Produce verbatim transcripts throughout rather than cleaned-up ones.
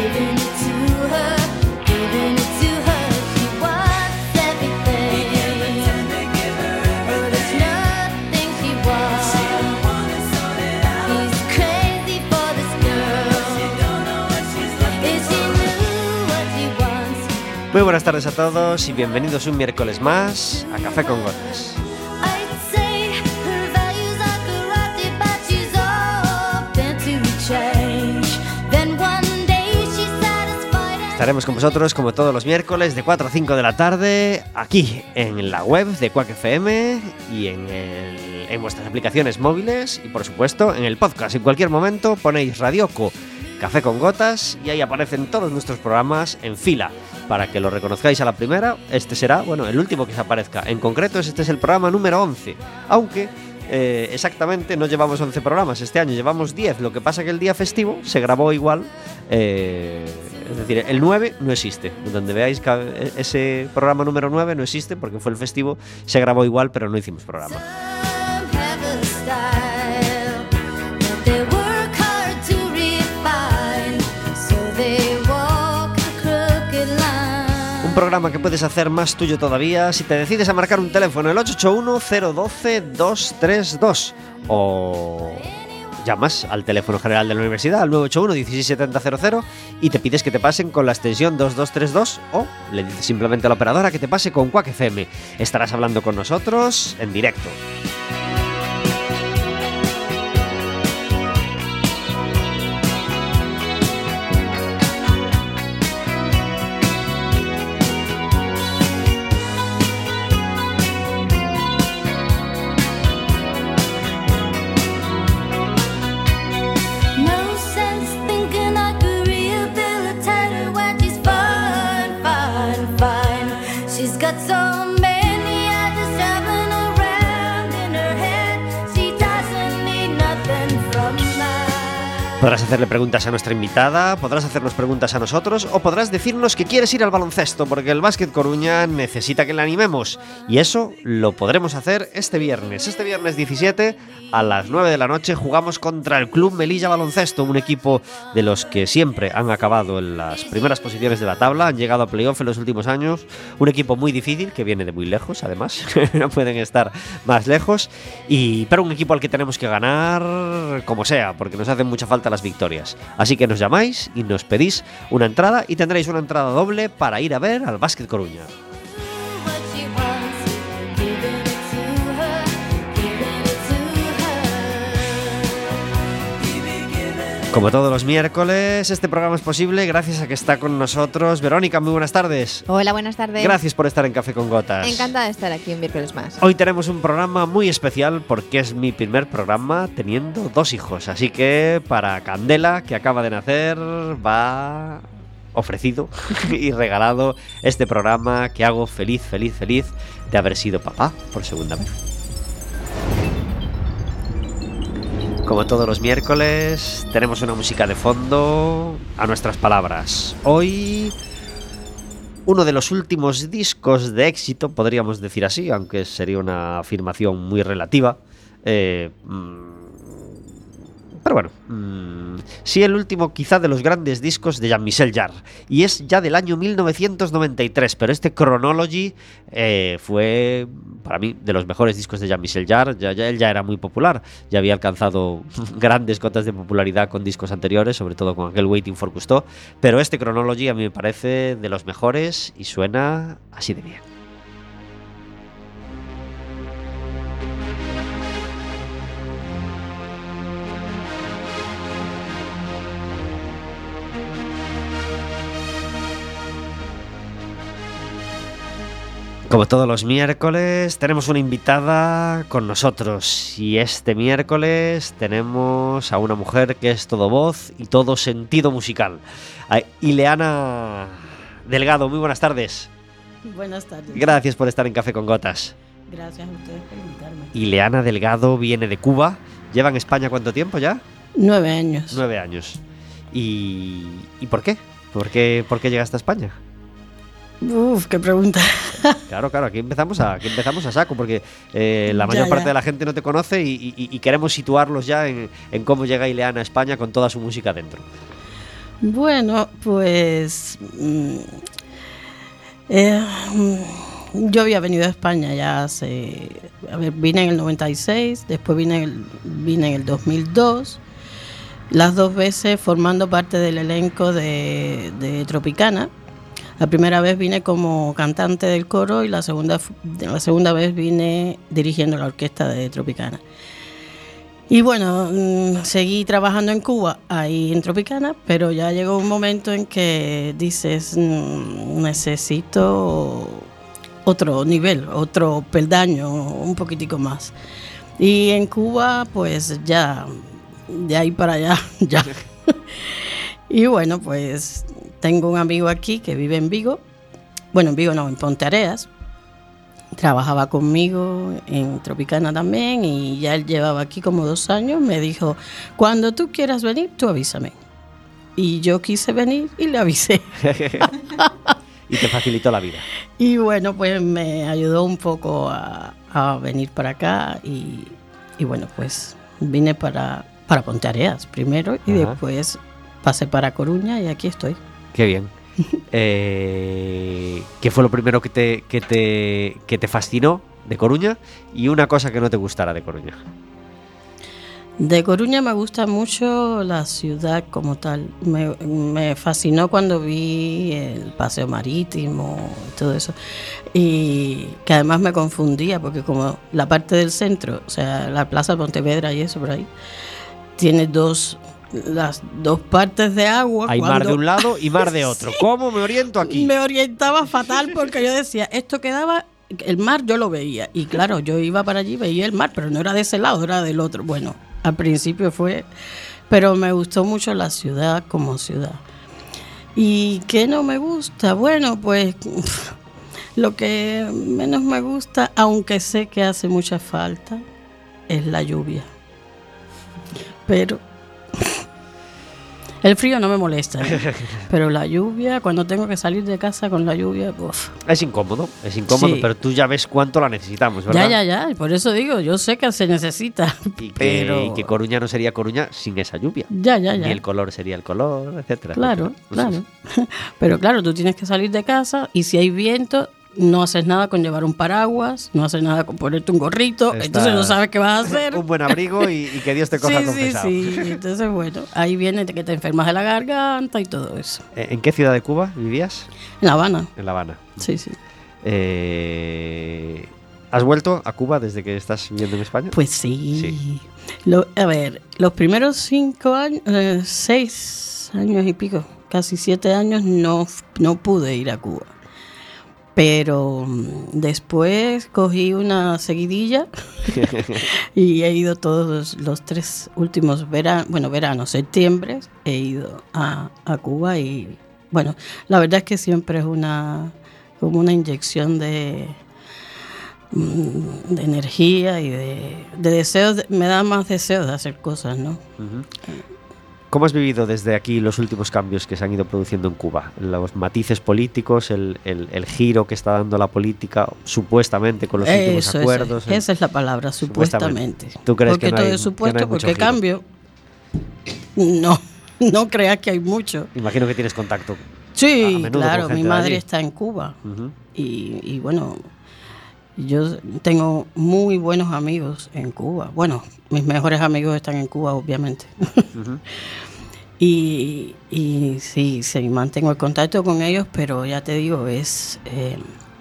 Muy buenas tardes a todos y bienvenidos un miércoles más a Café con Gotas. Estaremos con vosotros como todos los miércoles de cuatro a cinco de la tarde aquí en la web de Quack F M y en, el, en vuestras aplicaciones móviles y por supuesto en el podcast. En cualquier momento ponéis Radioco Café con Gotas y ahí aparecen todos nuestros programas en fila para que lo reconozcáis a la primera. Este será, bueno, el último que se aparezca. En concreto este es el programa número once, aunque eh, exactamente no llevamos once programas este año, llevamos diez. Lo que pasa que el día festivo se grabó igual, eh, es decir, el nueve no existe. Donde veáis que ese programa número nueve no existe porque fue el festivo, se grabó igual pero no hicimos programa. Un programa que puedes hacer más tuyo todavía si te decides a marcar un teléfono, el ocho ocho uno, cero uno dos, dos tres dos, o llamas al teléfono general de la universidad al nueve ocho uno, dieciséis setenta cero cero y te pides que te pasen con la extensión dos dos tres dos, o le dices simplemente a la operadora que te pase con Quack F M. Estarás hablando con nosotros en directo. Podrás hacerle preguntas a nuestra invitada, podrás hacernos preguntas a nosotros o podrás decirnos que quieres ir al baloncesto porque el Básquet Coruña necesita que le animemos y eso lo podremos hacer este viernes. Este viernes diecisiete a las nueve de la noche jugamos contra el Club Melilla Baloncesto, un equipo de los que siempre han acabado en las primeras posiciones de la tabla, han llegado a playoff en los últimos años, un equipo muy difícil que viene de muy lejos además, no pueden estar más lejos, y pero un equipo al que tenemos que ganar como sea porque nos hacen mucha falta las victorias. Así que nos llamáis y nos pedís una entrada y tendréis una entrada doble para ir a ver al Básquet Coruña. Como todos los miércoles, este programa es posible gracias a que está con nosotros Verónica. Muy buenas tardes. Hola, buenas tardes. Gracias por estar en Café con Gotas. Encantada de estar aquí un miércoles más. Hoy tenemos un programa muy especial porque es mi primer programa teniendo dos hijos. Así que para Candela, que acaba de nacer, va ofrecido y regalado este programa que hago feliz, feliz, feliz de haber sido papá por segunda vez. Como todos los miércoles, tenemos una música de fondo a nuestras palabras. Hoy, uno de los últimos discos de éxito, podríamos decir así, aunque sería una afirmación muy relativa. Eh, pero bueno, mmm, sí el último quizá de los grandes discos de Jean-Michel Jarre. Y es ya del año mil novecientos noventa y tres, pero este Chronology eh, fue para mí de los mejores discos de Jean-Michel Jarre. Ya, ya, él ya era muy popular, ya había alcanzado grandes cotas de popularidad con discos anteriores, sobre todo con aquel Waiting for Cousteau. Pero este Chronology a mí me parece de los mejores y suena así de bien. Como todos los miércoles, tenemos una invitada con nosotros y este miércoles tenemos a una mujer que es todo voz y todo sentido musical. Ileana Delgado, muy buenas tardes. Buenas tardes. Gracias por estar en Café con Gotas. Gracias a ustedes por invitarme. Ileana Delgado viene de Cuba. ¿Lleva en España cuánto tiempo ya? Nueve años. Nueve años. ¿Y, ¿y por qué? ¿Por qué, por qué llegaste a España? Uf, qué pregunta. Claro, claro, aquí empezamos a, aquí empezamos a saco, porque eh, la mayor ya, parte ya. de la gente no te conoce y, y, y queremos situarlos ya en, en cómo llega Ileana a España con toda su música dentro. Bueno, pues mm, eh, mm, yo había venido a España ya hace, a ver, vine en el noventa y seis, después vine en el, vine en el dos mil dos, las dos veces formando parte del elenco de, de Tropicana. La primera vez vine como cantante del coro y la segunda, la segunda vez vine dirigiendo la orquesta de Tropicana. Y bueno, mmm, seguí trabajando en Cuba, ahí en Tropicana, pero ya llegó un momento en que dices, mmm, necesito otro nivel, otro peldaño, un poquitico más. Y en Cuba, pues ya, de ahí para allá, ya. Y bueno, pues tengo un amigo aquí que vive en Vigo, bueno, en Vigo no, en Ponteareas. Trabajaba conmigo en Tropicana también y ya él llevaba aquí como dos años. Me dijo, cuando tú quieras venir, tú avísame. Y yo quise venir y le avisé. Y te facilitó la vida. Y bueno, pues me ayudó un poco a, a venir para acá y, y bueno, pues vine para, para Ponteareas primero y Ajá. después pasé para Coruña y aquí estoy. Qué bien. Eh, ¿Qué fue lo primero que te, que, te, que te fascinó de Coruña y una cosa que no te gustara de Coruña? De Coruña me gusta mucho la ciudad como tal. Me, me fascinó cuando vi el paseo marítimo y todo eso. Y que además me confundía porque como la parte del centro, o sea, la Plaza de Pontevedra y eso por ahí, tiene dos... las dos partes de agua. Hay cuando... mar de un lado y mar de otro. Sí. ¿Cómo me oriento aquí? Me orientaba fatal porque yo decía, esto quedaba, el mar yo lo veía. Y claro, yo iba para allí, veía el mar, pero no era de ese lado, era del otro. Bueno, al principio fue... Pero me gustó mucho la ciudad como ciudad. ¿Y qué no me gusta? Bueno, pues lo que menos me gusta, aunque sé que hace mucha falta, es la lluvia. Pero... el frío no me molesta, ¿eh? Pero la lluvia, cuando tengo que salir de casa con la lluvia, uf. Es incómodo, es incómodo, sí. Pero tú ya ves cuánto la necesitamos, ¿verdad? Ya, ya, ya, por eso digo, yo sé que se necesita, y que, pero... y que Coruña no sería Coruña sin esa lluvia. Ya, ya, ya. Ni el color sería el color, etcétera. Claro, etcétera. claro. Pues pero claro, tú tienes que salir de casa y si hay viento... no haces nada con llevar un paraguas, no haces nada con ponerte un gorrito, Está entonces no sabes qué vas a hacer. Un buen abrigo y, y que Dios te coja sí, confesado. Sí, sí, entonces bueno, ahí viene que te enfermas de la garganta y todo eso. ¿En qué ciudad de Cuba vivías? En La Habana. En La Habana. Sí, sí. Eh, ¿Has vuelto a Cuba desde que estás viviendo en España? Pues sí. sí. Lo, a ver, los primeros cinco años, eh, seis años y pico, casi siete años, no, no pude ir a Cuba. Pero después cogí una seguidilla y he ido todos los tres últimos veranos, bueno, veranos, septiembre, he ido a, a Cuba y bueno, la verdad es que siempre es una como una inyección de, de energía y de, de deseos, de, me da más deseos de hacer cosas, ¿no? Uh-huh. ¿Cómo has vivido desde aquí los últimos cambios que se han ido produciendo en Cuba? Los matices políticos, el, el, el giro que está dando la política, supuestamente, con los últimos Eso, acuerdos. Esa, esa es la palabra, supuestamente. supuestamente. ¿Tú crees porque que no todo hay, es supuesto, que no hay porque mucho giro? Cambio, no, no creas que hay mucho. Imagino que tienes contacto. Sí, a, a menudo claro, con gente mi madre de allí. está en Cuba. Uh-huh. y, y bueno, yo tengo muy buenos amigos en Cuba. Bueno, mis mejores amigos están en Cuba, obviamente. Uh-huh. Y, y sí, sí, mantengo el contacto con ellos, pero ya te digo, es eh,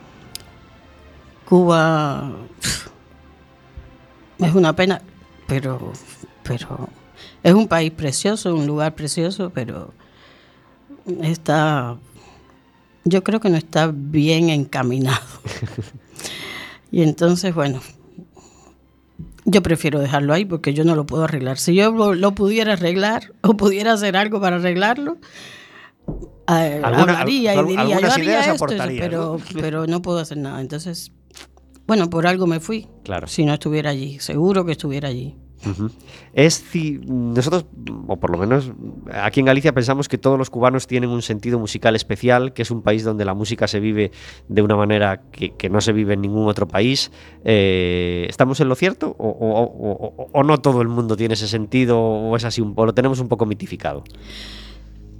Cuba pff, es una pena, pero, pero es un país precioso, un lugar precioso, pero está, yo creo que no está bien encaminado. Y entonces, bueno, yo prefiero dejarlo ahí porque yo no lo puedo arreglar. Si yo lo, lo pudiera arreglar o pudiera hacer algo para arreglarlo, eh, hablaría y diría, yo haría esto, eso, pero, ¿no? pero no puedo hacer nada. Entonces, bueno, por algo me fui. Claro. Si no estuviera allí, seguro que estuviera allí. Uh-huh. Es ci- nosotros, o por lo menos aquí en Galicia, pensamos que todos los cubanos tienen un sentido musical especial, que es un país donde la música se vive de una manera que, que no se vive en ningún otro país. Eh, ¿Estamos en lo cierto? ¿O, o, o, o no todo el mundo tiene ese sentido? ¿O es así, o lo tenemos un poco mitificado?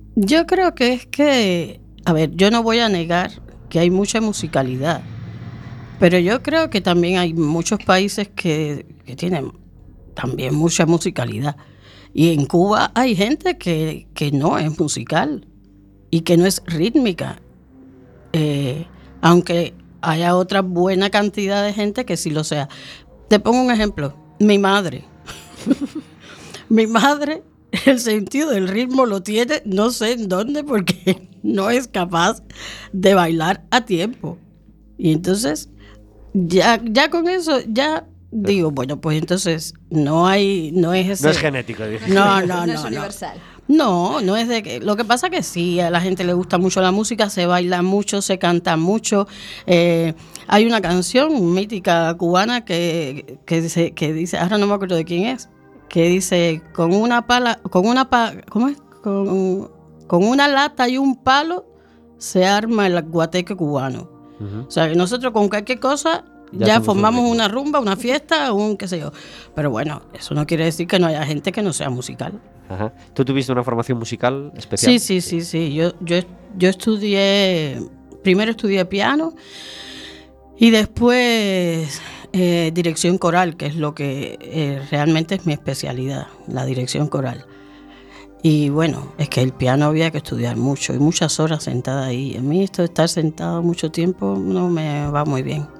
Yo creo que es que, a ver, yo no voy a negar que hay mucha musicalidad, pero yo creo que también hay muchos países que, que tienen también mucha musicalidad. Y en Cuba hay gente que, que no es musical y que no es rítmica, eh, aunque haya otra buena cantidad de gente que sí lo sea. Te pongo un ejemplo, mi madre. Mi madre, el sentido del ritmo lo tiene, no sé en dónde, porque no es capaz de bailar a tiempo. Y entonces, ya, ya con eso, ya digo, bueno, pues entonces no hay, no es ese. No es genético, dije. No, no, No no, es no. universal. No, no es de que. Lo que pasa que sí, a la gente le gusta mucho la música, se baila mucho, se canta mucho. Eh, hay una canción mítica cubana que, que dice, que dice, ahora no me acuerdo de quién es, que dice con una pala, con una pa, ¿cómo es? Con, con una lata y un palo se arma el guateque cubano. Uh-huh. O sea, que nosotros con cualquier cosa Ya ya, somos un formamos ritmo. una rumba, una fiesta, un qué sé yo. Pero bueno, eso no quiere decir que no haya gente que no sea musical. Ajá. ¿Tú tuviste una formación musical especial? Sí, sí, sí, sí. Yo, yo, yo estudié, primero estudié piano y después eh, dirección coral, que es lo que eh, realmente es mi especialidad, la dirección coral. Y bueno, es que el piano había que estudiar mucho y muchas horas sentada ahí. A mí esto de estar sentado mucho tiempo no me va muy bien.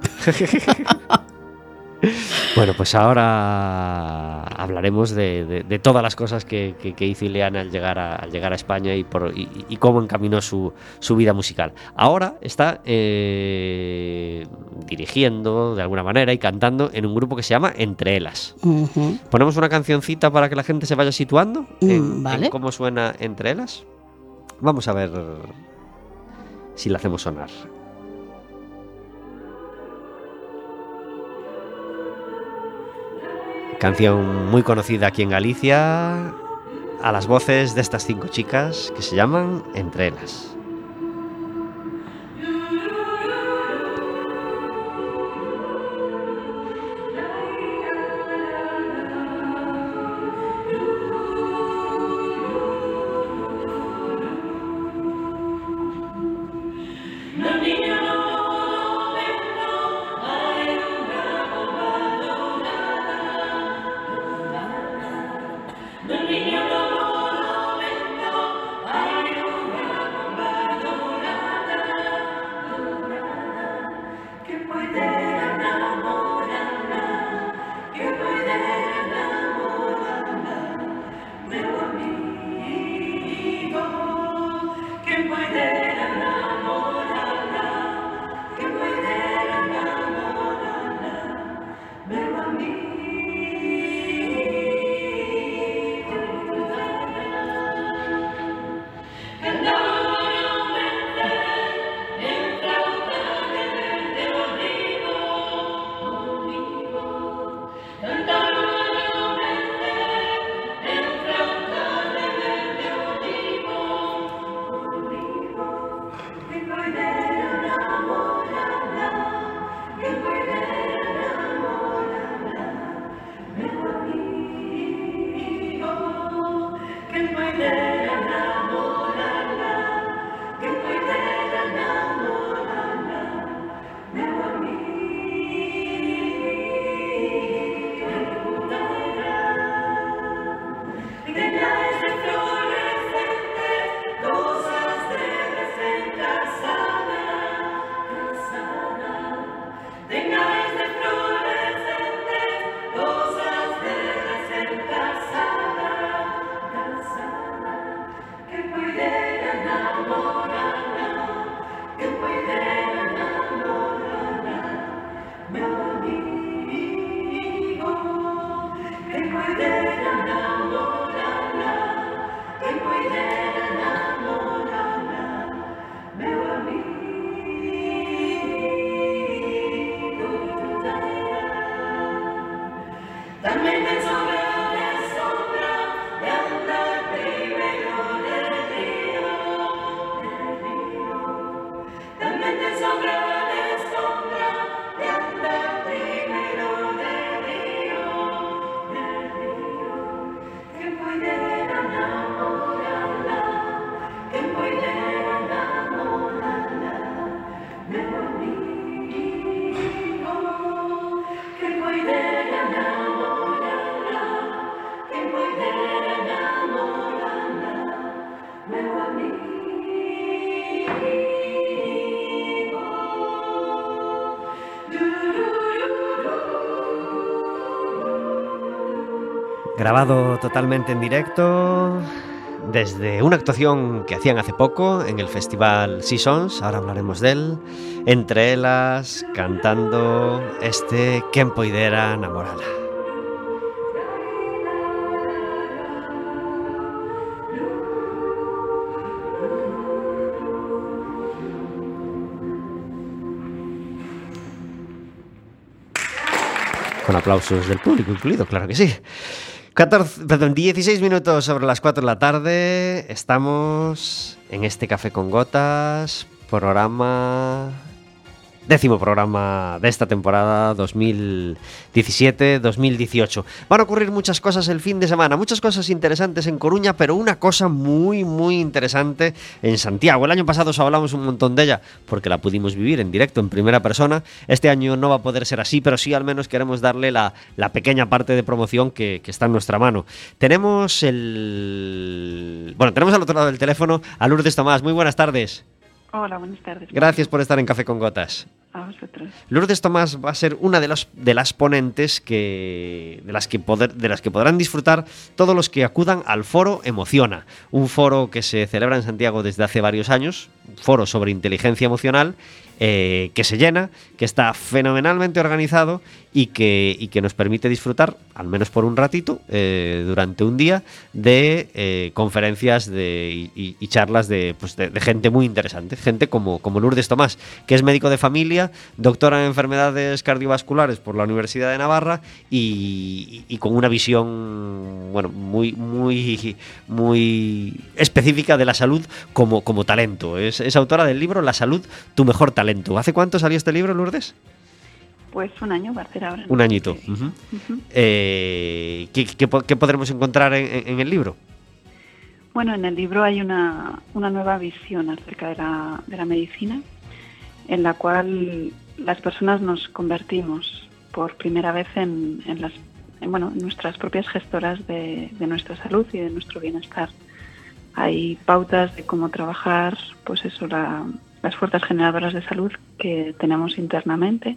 Bueno, pues ahora hablaremos de, de, de todas las cosas que, que, que hizo Ileana al llegar a, al llegar a España y, por, y, y cómo encaminó su, su vida musical. Ahora está eh, dirigiendo de alguna manera y cantando en un grupo que se llama Entre Elas. Uh-huh. ¿Ponemos una cancioncita para que la gente se vaya situando en, Mm, vale. en cómo suena Entre Elas? Vamos a ver si la hacemos sonar. Canción muy conocida aquí en Galicia, a las voces de estas cinco chicas que se llaman Entre Elas. The Grabado totalmente en directo desde una actuación que hacían hace poco en el festival Seasons, ahora hablaremos de él, entre ellas cantando este Quen poidera namorala. Con aplausos del público incluido, claro que sí. catorce, perdón, dieciséis minutos sobre las cuatro de la tarde. Estamos en este Café con Gotas, programa... Décimo programa de esta temporada dos mil diecisiete dos mil dieciocho. Van a ocurrir muchas cosas el fin de semana, muchas cosas interesantes en Coruña, pero una cosa muy, muy interesante en Santiago. El año pasado os hablamos un montón de ella porque la pudimos vivir en directo, en primera persona. Este año no va a poder ser así, pero sí al menos queremos darle la, la pequeña parte de promoción que, que está en nuestra mano. Tenemos el... Bueno, tenemos al otro lado del teléfono a Lourdes Tomás. Muy buenas tardes. Hola, buenas tardes. Gracias por estar en Café con Gotas. A vosotros. Lourdes Tomás va a ser una de, los, de las ponentes que, de, las que poder, de las que podrán disfrutar todos los que acudan al Foro Emociona, un foro que se celebra en Santiago desde hace varios años, un foro sobre inteligencia emocional, eh, que se llena, que está fenomenalmente organizado y que, y que nos permite disfrutar, al menos por un ratito, eh, durante un día, de eh, conferencias de, y, y charlas de, pues de, de gente muy interesante, gente como, como Lourdes Tomás, que es médico de familia, doctora en enfermedades cardiovasculares por la Universidad de Navarra y, y, y con una visión, bueno, muy, muy, muy específica de la salud como, como talento. Es, es autora del libro La salud, tu mejor talento. ¿Hace cuánto salió este libro, Lourdes? Pues un año va a ser ahora. Un añito. Uh-huh. Uh-huh. Eh, ¿qué, qué, ¿Qué podremos encontrar en, en el libro? Bueno, en el libro hay una, una nueva visión acerca de la, de la medicina, en la cual las personas nos convertimos por primera vez en, en, las, en, bueno, en nuestras propias gestoras de, de nuestra salud y de nuestro bienestar. Hay pautas de cómo trabajar, pues eso, la, las fuerzas generadoras de salud que tenemos internamente,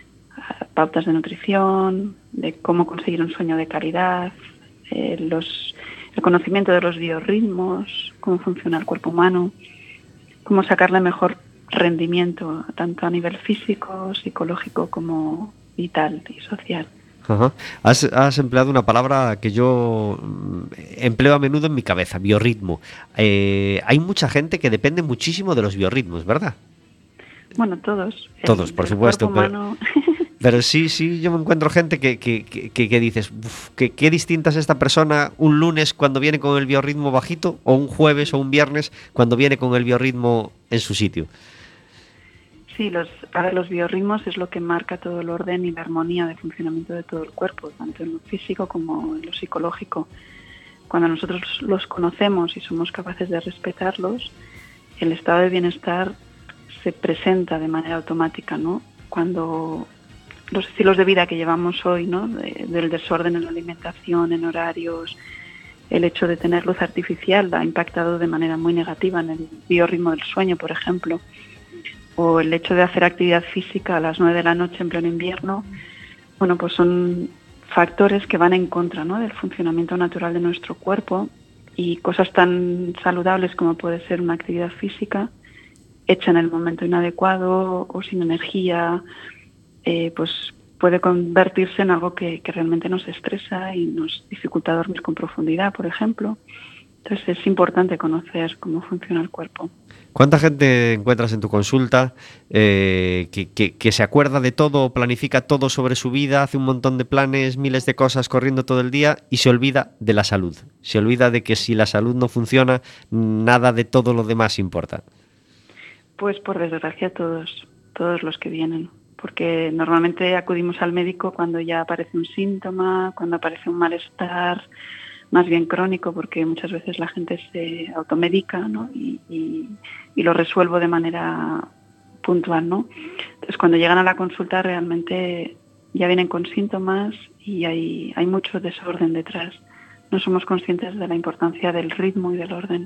pautas de nutrición, de cómo conseguir un sueño de calidad, eh, los, el conocimiento de los biorritmos, cómo funciona el cuerpo humano, cómo sacarle mejor rendimiento, tanto a nivel físico, psicológico como vital y social. Ajá. Has, has empleado una palabra que yo empleo a menudo en mi cabeza, biorritmo. Eh, hay mucha gente que depende muchísimo de los biorritmos, ¿verdad? Bueno, todos. Todos, el, por el supuesto. Pero, humano... pero sí, sí, yo me encuentro gente que, que, que, que dices, uf, que, qué distinta es esta persona un lunes cuando viene con el biorritmo bajito o un jueves o un viernes cuando viene con el biorritmo en su sitio. Sí, los, ahora los biorritmos es lo que marca todo el orden y la armonía de funcionamiento de todo el cuerpo, tanto en lo físico como en lo psicológico. Cuando nosotros los conocemos y somos capaces de respetarlos, el estado de bienestar se presenta de manera automática, ¿no? Cuando los estilos de vida que llevamos hoy, ¿no? De, del desorden en la alimentación, en horarios, el hecho de tener luz artificial ha impactado de manera muy negativa en el biorritmo del sueño, por ejemplo. O el hecho de hacer actividad física a las nueve de la noche en pleno invierno, bueno, pues son factores que van en contra, ¿no? Del funcionamiento natural de nuestro cuerpo, y cosas tan saludables como puede ser una actividad física hecha en el momento inadecuado o sin energía, eh, pues puede convertirse en algo que, que realmente nos estresa y nos dificulta dormir con profundidad, por ejemplo. Entonces es importante conocer cómo funciona el cuerpo. ¿Cuánta gente encuentras en tu consulta eh, que, que, que se acuerda de todo, planifica todo sobre su vida, hace un montón de planes, miles de cosas corriendo todo el día y se olvida de la salud? Se olvida de que si la salud no funciona, nada de todo lo demás importa. Pues por desgracia todos, todos los que vienen. Porque normalmente acudimos al médico cuando ya aparece un síntoma, cuando aparece un malestar más bien crónico, porque muchas veces la gente se automedica, ¿no? y, y, y lo resuelvo de manera puntual, ¿no? Entonces cuando llegan a la consulta realmente ya vienen con síntomas y hay, hay mucho desorden detrás. No somos conscientes de la importancia del ritmo y del orden.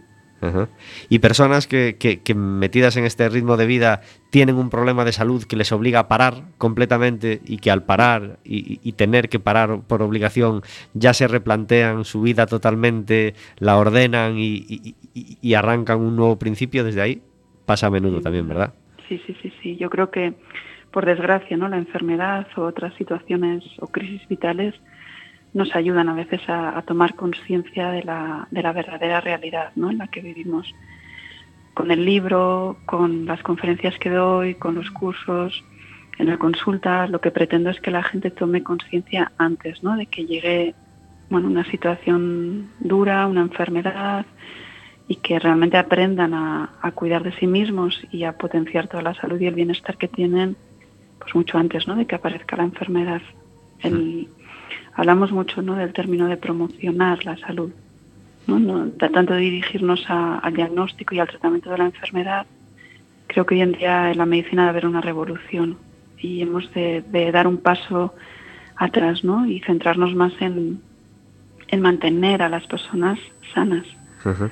Ajá. Y personas que, que, que metidas en este ritmo de vida tienen un problema de salud que les obliga a parar completamente y que al parar y, y tener que parar por obligación ya se replantean su vida totalmente, la ordenan y, y, y, y arrancan un nuevo principio desde ahí, pasa a menudo Sí. también, ¿verdad? Sí, sí, sí, sí. Yo creo que, por desgracia, ¿no?, la enfermedad o otras situaciones o crisis vitales nos ayudan a veces a, a tomar conciencia de la, de la verdadera realidad, ¿no?, en la que vivimos. Con el libro, con las conferencias que doy, con los cursos, en la consulta, lo que pretendo es que la gente tome conciencia antes, ¿no?, de que llegue, bueno, una situación dura, una enfermedad, y que realmente aprendan a, a cuidar de sí mismos y a potenciar toda la salud y el bienestar que tienen, pues mucho antes, ¿no?, de que aparezca la enfermedad. El, hablamos mucho, ¿no?, del término de promocionar la salud, ¿no? No, tanto de dirigirnos a, al diagnóstico y al tratamiento de la enfermedad. Creo que hoy en día en la medicina debe haber una revolución y hemos de, de dar un paso atrás, ¿no?, y centrarnos más en, en mantener a las personas sanas. Uh-huh.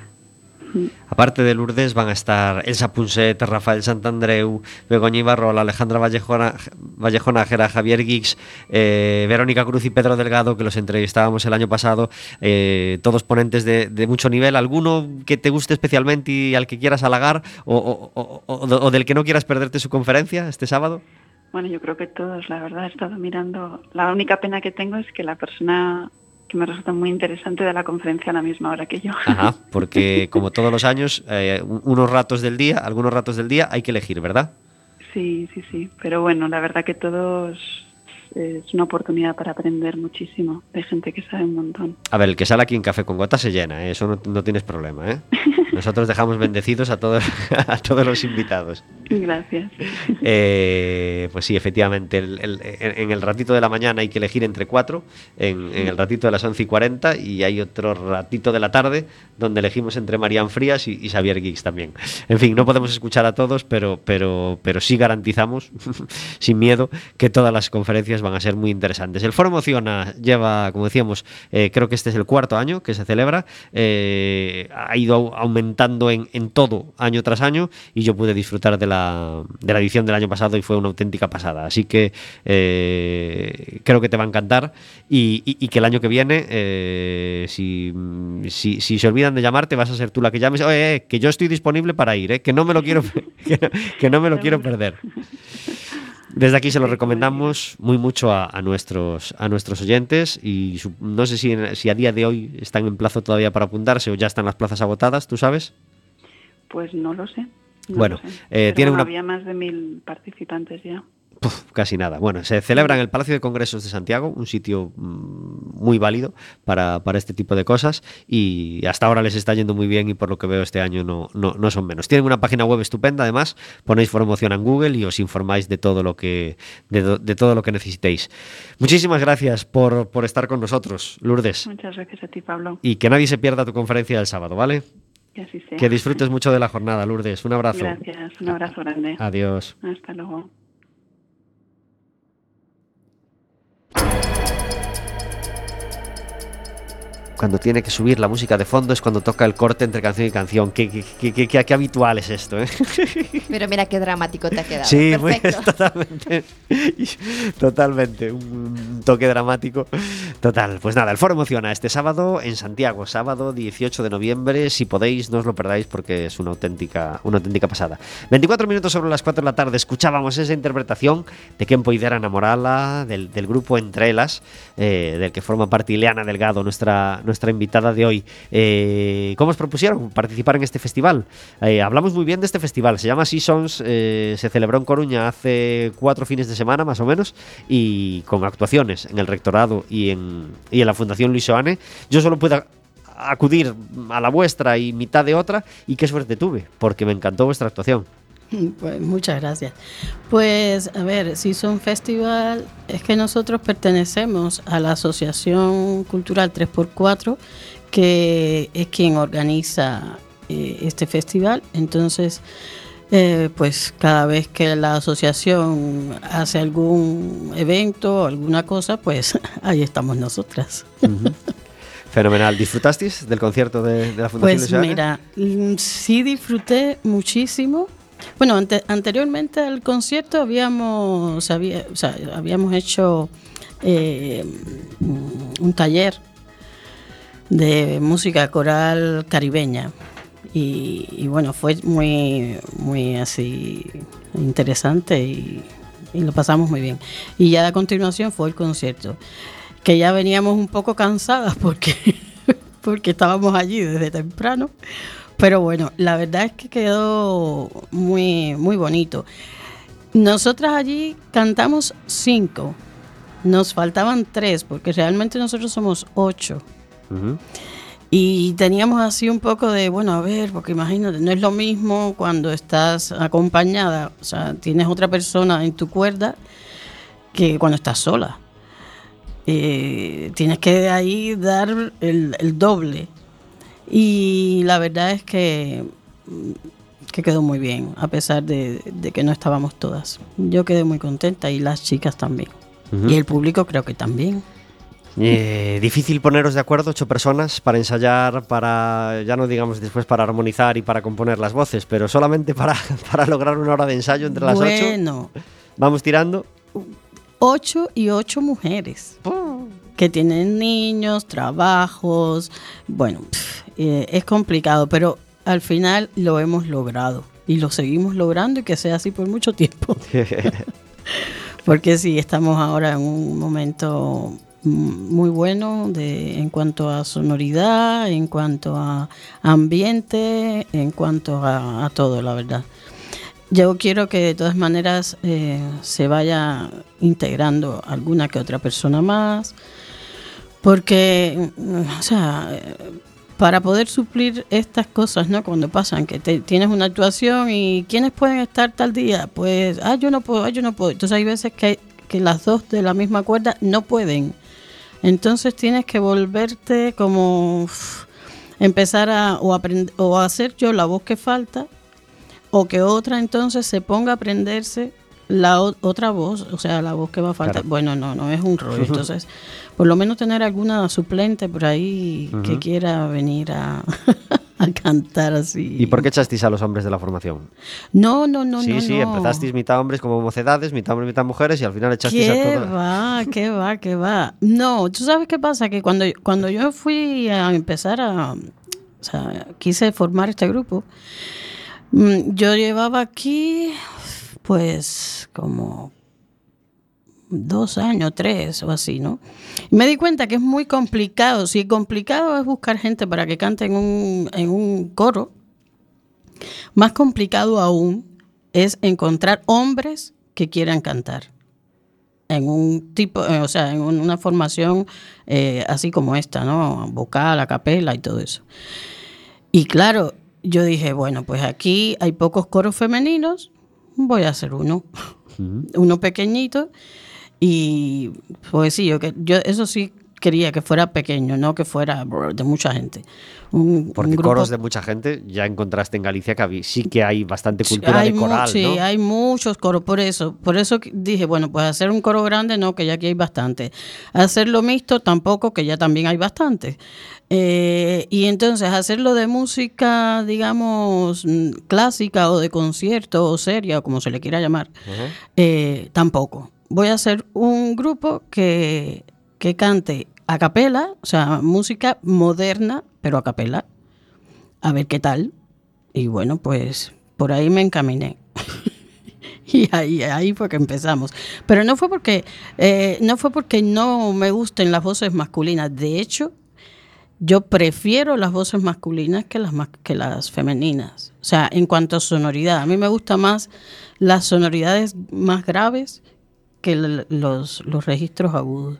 Aparte de Lourdes van a estar Elsa Punset, Rafael Santandreu, Begoña Ibarrola, Alejandra Vallejona, Vallejona Jera, Javier Guix, eh, Verónica Cruz y Pedro Delgado, que los entrevistábamos el año pasado, eh, todos ponentes de, de mucho nivel. ¿Alguno que te guste especialmente y al que quieras halagar o, o, o, o, o del que no quieras perderte su conferencia este sábado? Bueno, yo creo que todos, la verdad, he estado mirando. La única pena que tengo es que la persona que me resulta muy interesante de la conferencia a la misma hora que yo. Ajá, porque como todos los años, eh, unos ratos del día, algunos ratos del día hay que elegir, ¿verdad? Sí, sí, sí. Pero bueno, la verdad que todos es una oportunidad para aprender muchísimo de gente que sabe un montón. A ver, el que sale aquí en Café con Gota se llena, ¿eh? Eso no, no tienes problema, ¿eh? Nosotros dejamos bendecidos a todos, a todos los invitados. Gracias. Eh, pues sí, efectivamente, el, el, en el ratito de la mañana hay que elegir entre cuatro, en, en el ratito de las once y cuarenta, y hay otro ratito de la tarde donde elegimos entre Marian Frías y, y Xavier Guix también. En fin, no podemos escuchar a todos, pero, pero, pero sí garantizamos, sin miedo, que todas las conferencias van a ser muy interesantes. El Foro Emociona lleva, como decíamos, eh, creo que este es el cuarto año que se celebra, eh, ha ido aumentando en, en todo año tras año, y yo pude disfrutar de la, de la edición del año pasado y fue una auténtica pasada. Así que eh, creo que te va a encantar y, y, y que el año que viene, eh, si, si, si se olvidan de llamarte, vas a ser tú la que llames. Oye, eh, que yo estoy disponible para ir, eh, que no me lo quiero, que no, que no me lo quiero perder. Desde aquí se lo recomendamos muy mucho a, a nuestros a nuestros oyentes, y su, no sé si, si a día de hoy están en plazo todavía para apuntarse o ya están las plazas agotadas, ¿tú sabes? Pues no lo sé. No bueno, lo sé. eh, tiene bueno, una... había más de mil participantes ya. Puf, casi nada. Bueno, se celebra en el Palacio de Congresos de Santiago, un sitio mmm, muy válido para, para este tipo de cosas, y hasta ahora les está yendo muy bien, y por lo que veo este año no, no, no son menos. Tienen una página web estupenda, además, ponéis Foro Emociona en Google y os informáis de todo lo que, de, de todo lo que necesitéis. Muchísimas gracias por, por estar con nosotros, Lourdes. Muchas gracias a ti, Pablo. Y que nadie se pierda tu conferencia del sábado, ¿vale? Que así sea. Que disfrutes mucho de la jornada, Lourdes. Un abrazo. Gracias, un abrazo grande. Adiós. Hasta luego. Cuando tiene que subir la música de fondo es cuando toca el corte entre canción y canción. Qué, qué, qué, qué, qué, qué habitual es esto, ¿eh? Pero mira qué dramático te ha quedado. Sí, muy, perfecto. totalmente. Totalmente. Un toque dramático. Total. Pues nada, el Foro Emociona este sábado en Santiago, sábado dieciocho de noviembre. Si podéis, no os lo perdáis porque es una auténtica, una auténtica pasada. veinticuatro minutos sobre las cuatro de la tarde. Escuchábamos esa interpretación de Quen Poidera Namorala, del, del grupo Entre Elas, eh, del que forma parte Ileana Delgado, nuestra nuestra invitada de hoy. Eh, ¿Cómo os propusieron participar en este festival? Eh, hablamos muy bien de este festival, se llama Seasons, eh, se celebró en Coruña hace cuatro fines de semana más o menos, y con actuaciones en el Rectorado y en, y en la Fundación Luis Soane. Yo solo pude acudir a la vuestra y mitad de otra, y qué suerte tuve, porque me encantó vuestra actuación. Pues muchas gracias. Pues a ver, Season Festival es que nosotros pertenecemos a la Asociación Cultural tres por cuatro, que es quien organiza eh, este festival. Entonces, eh, pues cada vez que la asociación hace algún evento o alguna cosa, pues ahí estamos nosotras. Uh-huh. Fenomenal. ¿Disfrutasteis del concierto de, de la Fundación Pues Luisiana? mira, mm, sí disfruté muchísimo. Bueno, ante, anteriormente al concierto habíamos, había, o sea, habíamos hecho eh, un taller de música coral caribeña y, y bueno, fue muy, muy así interesante y, y lo pasamos muy bien. Y ya a continuación fue el concierto, que ya veníamos un poco cansadas porque, porque estábamos allí desde temprano. Pero bueno, la verdad es que quedó muy, muy bonito. Nosotras allí cantamos cinco, nos faltaban tres, porque realmente nosotros somos ocho. Uh-huh. Y teníamos así un poco de, bueno, a ver, porque imagínate, no es lo mismo cuando estás acompañada, o sea, tienes otra persona en tu cuerda que cuando estás sola. Eh, tienes que ahí dar el, el doble. Y la verdad es que, que quedó muy bien, a pesar de, de que no estábamos todas. Yo quedé muy contenta y las chicas también. Uh-huh. Y el público creo que también. Eh, difícil poneros de acuerdo, ocho personas, para ensayar, para, ya no digamos después para armonizar y para componer las voces, pero solamente para, para lograr una hora de ensayo entre las bueno, ocho. Bueno. Vamos tirando. Ocho y ocho mujeres. Oh. Que tienen niños, trabajos. Bueno, pff, eh, es complicado, pero al final lo hemos logrado y lo seguimos logrando y que sea así por mucho tiempo. Porque sí, estamos ahora en un momento muy bueno de, en cuanto a sonoridad, en cuanto a ambiente, en cuanto a, a todo, la verdad. Yo quiero que de todas maneras eh, se vaya integrando alguna que otra persona más, porque, o sea, para poder suplir estas cosas, ¿no? Cuando pasan, que te, tienes una actuación y ¿quiénes pueden estar tal día? Pues, ah, yo no puedo, ah, yo no puedo. Entonces hay veces que, que las dos de la misma cuerda no pueden. Entonces tienes que volverte como uff, empezar a o, aprend- o a hacer yo la voz que falta, o que otra entonces se ponga a aprenderse la o- otra voz, o sea, la voz que va a faltar. Claro. Bueno, no, no es un rollo. Entonces, por lo menos tener alguna suplente por ahí uh-huh. que quiera venir a, a cantar así. ¿Y por qué echasteis a los hombres de la formación? No, no, no, sí, no. Sí, sí, no. empezasteis mitad hombres como mocedades, mitad hombres, mitad mujeres y al final echasteis a todas. ¿Qué va? ¿Qué va? ¿Qué va? No, ¿tú sabes qué pasa? Que cuando, cuando yo fui a empezar a... O sea, quise formar este grupo, yo llevaba aquí, pues, como dos años, tres o así, ¿no? Y me di cuenta que es muy complicado. Si complicado es buscar gente para que cante en un, en un coro, más complicado aún es encontrar hombres que quieran cantar en un tipo, eh, o sea, en una formación eh, así como esta, ¿no? Vocal, a capela y todo eso. Y claro, yo dije, bueno, pues aquí hay pocos coros femeninos, voy a hacer uno, uh-huh. uno pequeñito. Y pues sí, yo, yo eso sí quería que fuera pequeño, no que fuera de mucha gente. Un, Porque un grupo, coros de mucha gente ya encontraste en Galicia que había, sí que hay bastante cultura hay de coral, mu- sí, ¿no? hay muchos coros, por eso, por eso dije, bueno, pues hacer un coro grande, no, que ya aquí hay bastante. Hacerlo mixto, tampoco, que ya también hay bastante. Eh, y entonces hacerlo de música, digamos, clásica o de concierto o seria, o como se le quiera llamar, uh-huh. eh, tampoco. Voy a hacer un grupo que, que cante a capela, o sea, música moderna, pero a capela. A ver qué tal. Y bueno, pues por ahí me encaminé. Y ahí, ahí fue que empezamos. Pero no fue porque, eh, no fue porque no me gusten las voces masculinas. De hecho, yo prefiero las voces masculinas que las, que las femeninas. O sea, en cuanto a sonoridad. A mí me gustan más las sonoridades más graves que los, los registros agudos.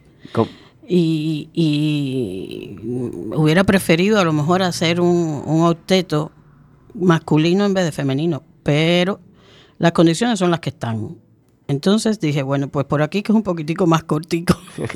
Y, y hubiera preferido a lo mejor hacer un, un octeto masculino en vez de femenino, pero las condiciones son las que están. Entonces dije, bueno, pues por aquí que es un poquitico más cortico.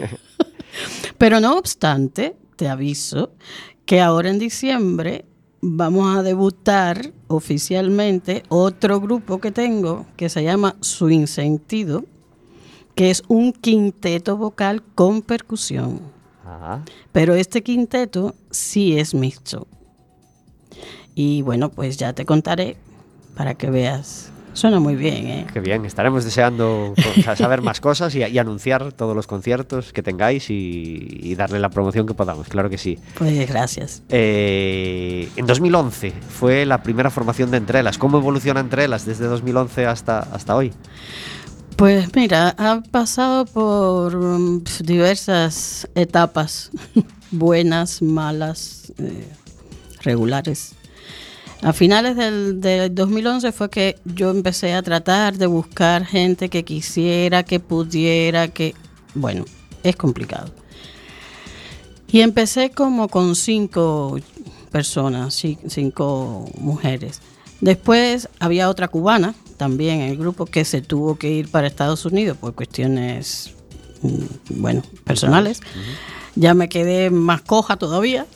Pero no obstante, te aviso que ahora en diciembre vamos a debutar oficialmente otro grupo que tengo que se llama Swing Sentido, que es un quinteto vocal con percusión. Ah. Pero este quinteto sí es mixto. Y bueno, pues ya te contaré para que veas. Suena muy bien, ¿eh? Qué bien, estaremos deseando saber más cosas y, y anunciar todos los conciertos que tengáis y, y darle la promoción que podamos, claro que sí. Pues gracias. Eh, en dos mil once fue la primera formación de Entrelas. ¿Cómo evoluciona Entrelas desde dos mil once hasta, hasta hoy? Pues mira, ha pasado por um, diversas etapas, buenas, malas, eh, regulares. A finales del, del dos mil once fue que yo empecé a tratar de buscar gente que quisiera, que pudiera, que... Bueno, es complicado. Y empecé como con cinco personas, cinco mujeres. Después había otra cubana también en el grupo que se tuvo que ir para Estados Unidos por cuestiones, bueno, personales. Uh-huh. Ya me quedé más coja todavía.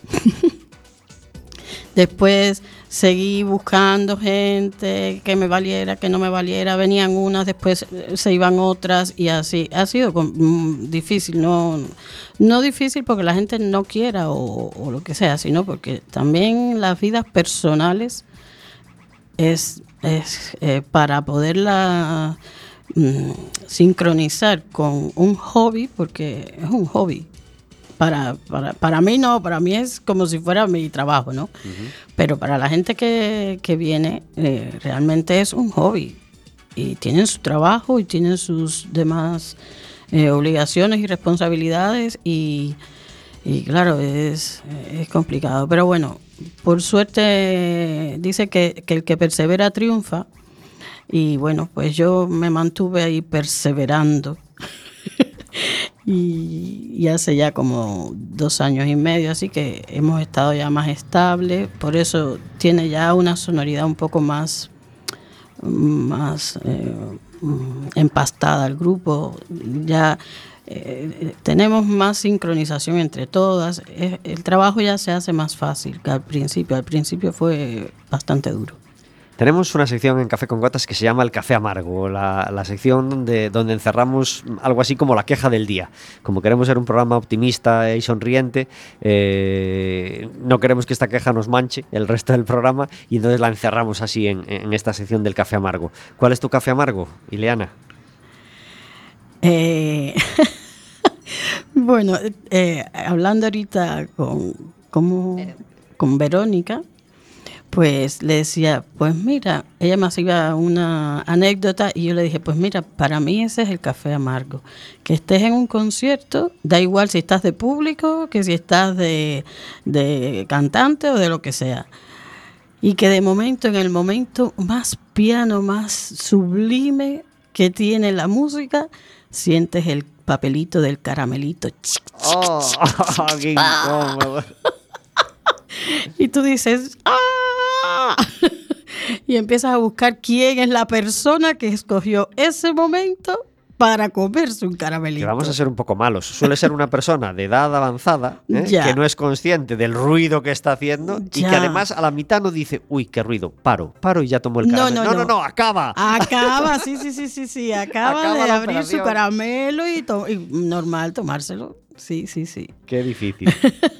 Después seguí buscando gente que me valiera, que no me valiera. Venían unas, después se iban otras y así. Ha sido difícil, no, no difícil porque la gente no quiera o, o lo que sea, sino porque también las vidas personales es, es eh, para poderla mm, sincronizar con un hobby, porque es un hobby. Para, para, para mí no, para mí es como si fuera mi trabajo, ¿no? Uh-huh. Pero para la gente que, que viene, eh, realmente es un hobby. Y tienen su trabajo y tienen sus demás eh, obligaciones y responsabilidades. Y, y claro, es, es complicado. Pero bueno, por suerte dice que, que el que persevera triunfa. Y bueno, pues yo me mantuve ahí perseverando. Y, y hace ya como dos años y medio, así que hemos estado ya más estables, por eso tiene ya una sonoridad un poco más, más eh, empastada el grupo, ya eh, tenemos más sincronización entre todas, eh, el trabajo ya se hace más fácil que al principio, al principio fue bastante duro. Tenemos una sección en Café con Gotas que se llama El Café Amargo, la, la sección donde, donde encerramos algo así como la queja del día. Como queremos ser un programa optimista y sonriente, eh, no queremos que esta queja nos manche el resto del programa y entonces la encerramos así en, en esta sección del Café Amargo. ¿Cuál es tu café amargo, Ileana? Eh, bueno, eh, hablando ahorita con, como, con Verónica, pues le decía, pues mira, ella me hacía una anécdota y yo le dije, pues mira, para mí ese es el café amargo. Que estés en un concierto, da igual si estás de público, que si estás de, de cantante o de lo que sea. Y que de momento, en el momento más piano, más sublime que tiene la música, sientes el papelito del caramelito. ¡Oh! ¡Qué incómodo! Y tú dices, ¡ah! Y empiezas a buscar quién es la persona que escogió ese momento para comerse un caramelito. Que vamos a ser un poco malos. Suele ser una persona de edad avanzada, ¿eh? que no es consciente del ruido que está haciendo ya. Y que además a la mitad no dice, uy, qué ruido, paro, paro y ya tomo el caramelo. No, no, no, no, no acaba. Acaba, sí, sí, sí, sí, sí, acaba, acaba de abrir operación. Su caramelo y, to- y normal tomárselo. Sí, sí, sí. Qué difícil.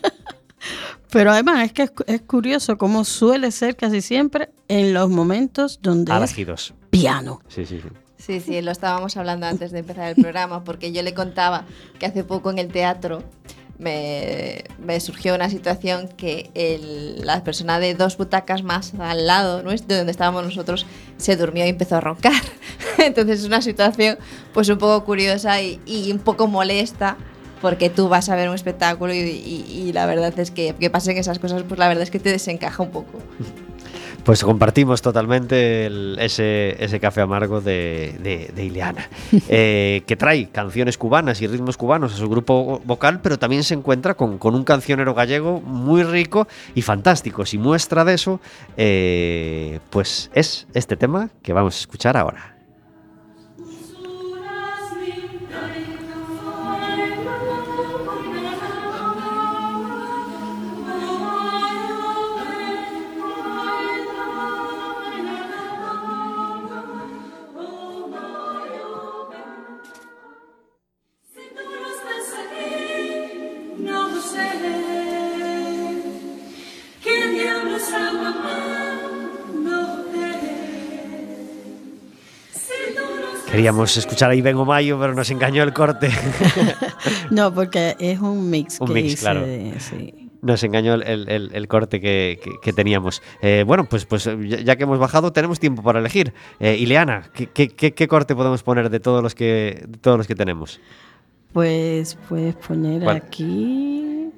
Pero además es que es, es curioso cómo suele ser casi siempre en los momentos donde álgidos. Es piano. Sí, sí, sí. Sí, sí, lo estábamos hablando antes de empezar el programa, porque yo le contaba que hace poco en el teatro me, me surgió una situación que el, la persona de dos butacas más al lado nuestro, de donde estábamos nosotros, se durmió y empezó a roncar. Entonces es una situación pues un poco curiosa y, y un poco molesta, porque tú vas a ver un espectáculo y, y, y la verdad es que que pasen esas cosas, pues la verdad es que te desencaja un poco. Pues compartimos totalmente el, ese, ese café amargo de, de, de Ileana, eh, que trae canciones cubanas y ritmos cubanos a su grupo vocal, pero también se encuentra con, con un cancionero gallego muy rico y fantástico. Si muestra de eso, eh, pues es este tema que vamos a escuchar ahora. No. Queríamos escuchar a Iben Omayo, pero nos engañó el corte. No, porque es un mix. Un que mix, hice claro. de- sí. Nos engañó el, el- el corte que, que- que teníamos. Eh, bueno, pues, pues ya, ya que hemos bajado, tenemos tiempo para elegir. Eh, Ileana, ¿qué, qué, qué- qué corte podemos poner de todos los que, de todos los que tenemos? Pues puedes poner ¿Cuál? aquí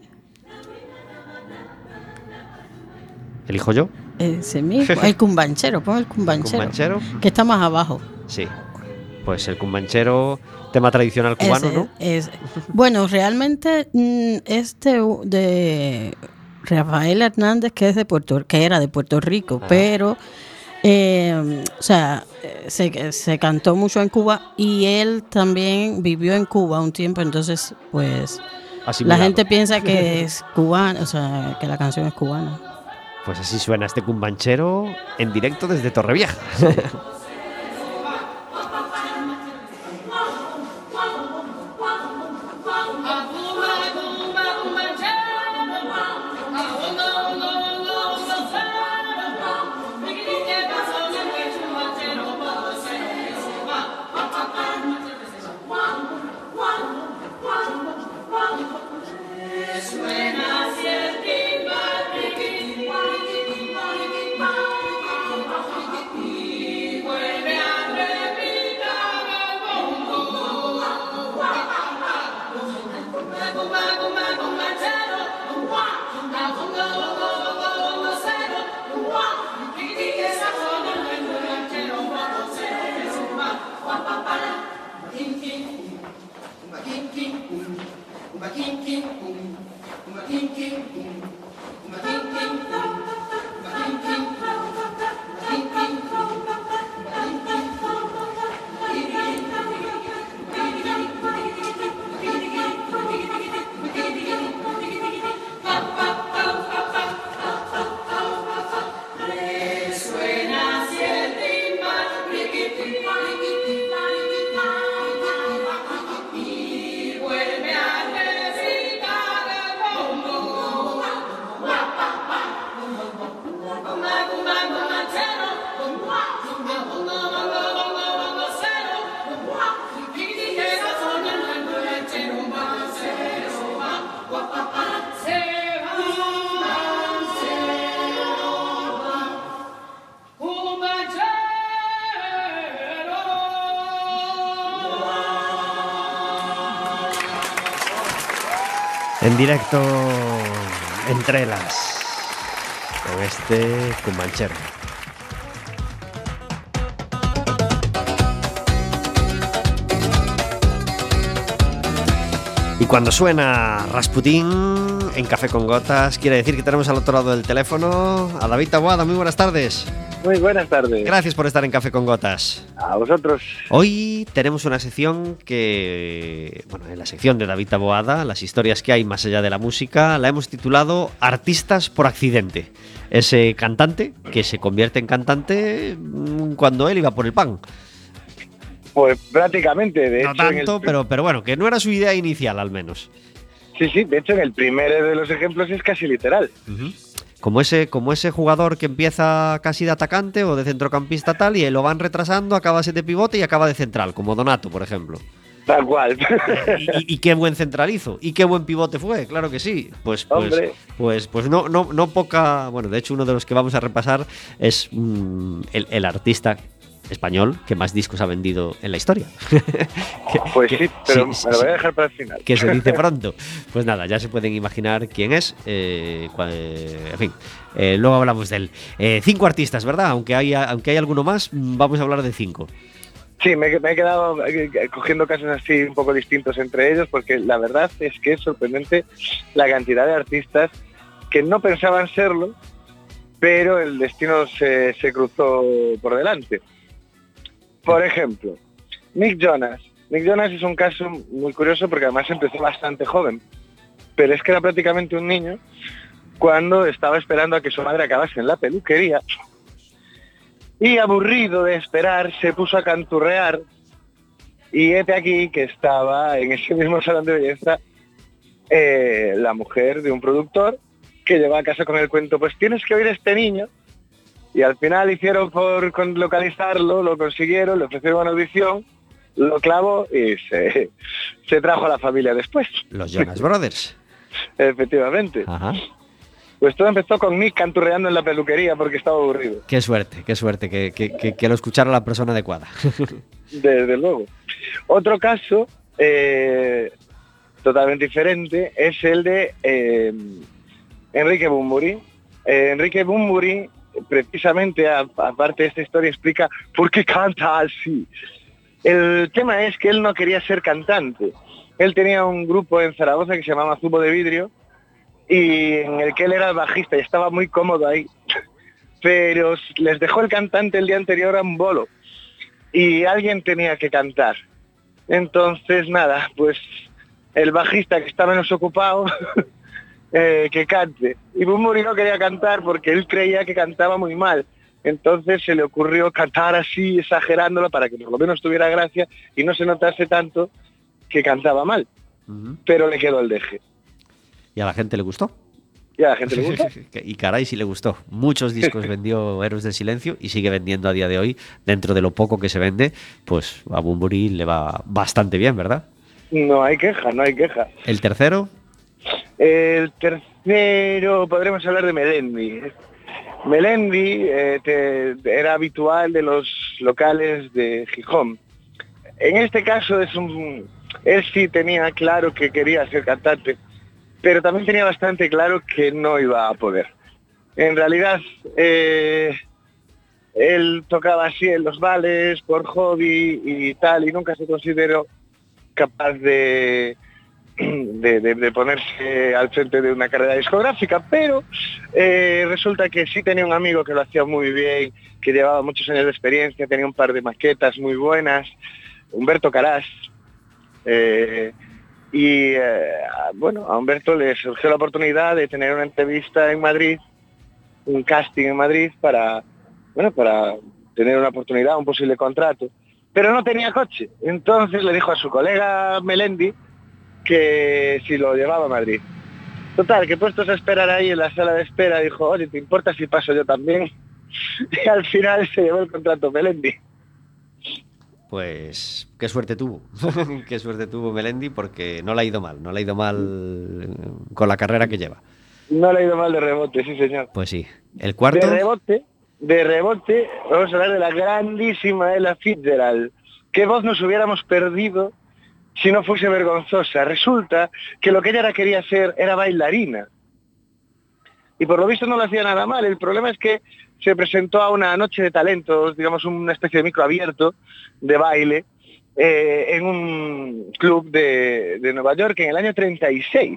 ¿Elijo yo? ese mismo, el cumbanchero, pon el cumbanchero, ¿Cumbanchero? que está más abajo. Sí. Pues el cumbanchero, tema tradicional cubano, Ese, ¿no? ese. Bueno, realmente mm, este de Rafael Hernández, que es de Puerto, que era de Puerto Rico, Ah. pero eh, o sea, eh, se, se cantó mucho en Cuba y él también vivió en Cuba un tiempo, entonces pues Asimilado. la gente piensa que es cubana, o sea, que la canción es cubana. Pues así suena este cumbanchero en directo desde Torrevieja. En directo entre las con este cumbanchero. Y cuando suena Rasputín en Café con Gotas, quiere decir que tenemos al otro lado del teléfono a David Taboada. Muy buenas tardes. Muy buenas tardes. Gracias por estar en Café con Gotas. A vosotros. Hoy tenemos una sección que, bueno, en la sección de David Taboada, las historias que hay más allá de la música, la hemos titulado Artistas por accidente. Ese cantante que se convierte en cantante mm, cuando él iba por el pan. Pues prácticamente, de No hecho. en tanto, el... pero, pero bueno, que no era su idea inicial al menos. Sí, sí, de hecho en el primero de los ejemplos es casi literal. Uh-huh. Como ese, como ese jugador que empieza casi de atacante o de centrocampista tal y lo van retrasando, acaba de pivote y acaba de central, como Donato, por ejemplo. Tal cual. Y, y, y qué buen central hizo, y qué buen pivote fue, claro que sí. Pues, pues, Hombre. pues, pues no, no, no poca. Bueno, de hecho, uno de los que vamos a repasar es mm, el, el artista español que más discos ha vendido en la historia. que, Pues que, sí, pero sí, me lo voy a sí, dejar para el final. que se dice pronto. Pues nada, ya se pueden imaginar quién es. Eh, cua, eh, en fin, eh, luego hablamos de él. Eh, cinco artistas, ¿verdad? Aunque hay, aunque hay alguno más, vamos a hablar de cinco. Sí, me, me he quedado cogiendo casos así un poco distintos entre ellos, porque la verdad es que es sorprendente la cantidad de artistas que no pensaban serlo, pero el destino se, se cruzó por delante. Por ejemplo, Nick Jonas. Nick Jonas es un caso muy curioso porque además empezó bastante joven, pero es que era prácticamente un niño cuando estaba esperando a que su madre acabase en la peluquería y, aburrido de esperar, se puso a canturrear y hete aquí que estaba en ese mismo salón de belleza eh, la mujer de un productor que llevaba a casa con el cuento, pues tienes que oír a este niño. Y al final hicieron por localizarlo, lo consiguieron, le ofrecieron una audición lo clavó y se, se trajo a la familia después. Los Jonas Brothers. Efectivamente. Ajá. Pues todo empezó con Mick canturreando en la peluquería porque estaba aburrido. Qué suerte, qué suerte, que, que, que, que lo escuchara la persona adecuada. Desde luego. Otro caso eh, totalmente diferente es el de eh, Enrique Bunbury. Eh, Enrique Bunbury, precisamente, a- aparte de esta historia, explica por qué canta así. El tema es que él no quería ser cantante. Él tenía un grupo en Zaragoza que se llamaba Zubo de Vidrio, y en el que él era el bajista y estaba muy cómodo ahí. Pero les dejó el cantante el día anterior a un bolo y alguien tenía que cantar. Entonces, nada, pues el bajista, que está menos ocupado, eh, que cante. Y Bunbury no quería cantar porque él creía que cantaba muy mal. Entonces se le ocurrió cantar así, exagerándolo, para que por lo menos tuviera gracia y no se notase tanto que cantaba mal. Uh-huh. Pero le quedó el deje. ¿Y a la gente le gustó? Y a la gente le gusta. Y caray, sí le gustó. Muchos discos vendió Héroes del Silencio y sigue vendiendo a día de hoy. Dentro de lo poco que se vende, pues a Bunbury le va bastante bien, ¿verdad? No hay queja, no hay queja. ¿El tercero? El tercero, podremos hablar de Melendi. Melendi eh, te- era habitual de los locales de Gijón. En este caso es un, él sí tenía claro que quería ser cantante, pero también tenía bastante claro que no iba a poder. En realidad, eh, él tocaba así en los vales por hobby y tal, y nunca se consideró capaz de, de, de- de ponerse al frente de una carrera discográfica, pero eh, resulta que sí tenía un amigo que lo hacía muy bien, que llevaba muchos años de experiencia, tenía un par de maquetas muy buenas, Humberto Carás. Eh, y eh, bueno, a Humberto le surgió la oportunidad de tener una entrevista en Madrid, un casting en Madrid para, bueno, para tener una oportunidad, un posible contrato, pero no tenía coche. Entonces le dijo a su colega Melendi que si lo llevaba a Madrid. Total, que puestos a esperar ahí en la sala de espera, dijo, oye, ¿te importa si paso yo también? Y al final se llevó el contrato Melendi. Pues qué suerte tuvo. Qué suerte tuvo Melendi, porque no le ha ido mal. No le ha ido mal con la carrera que lleva. No le ha ido mal de rebote, sí señor. Pues sí. El cuarto. De rebote, de rebote, vamos a hablar de la grandísima Ella Fitzgerald. ¿Qué voz nos hubiéramos perdido si no fuese vergonzosa? Resulta que lo que ella era quería hacer era bailarina. Y por lo visto no lo hacía nada mal. El problema es que se presentó a una noche de talentos, digamos una especie de micro abierto de baile, eh, en un club de, de Nueva York en el año treinta y seis.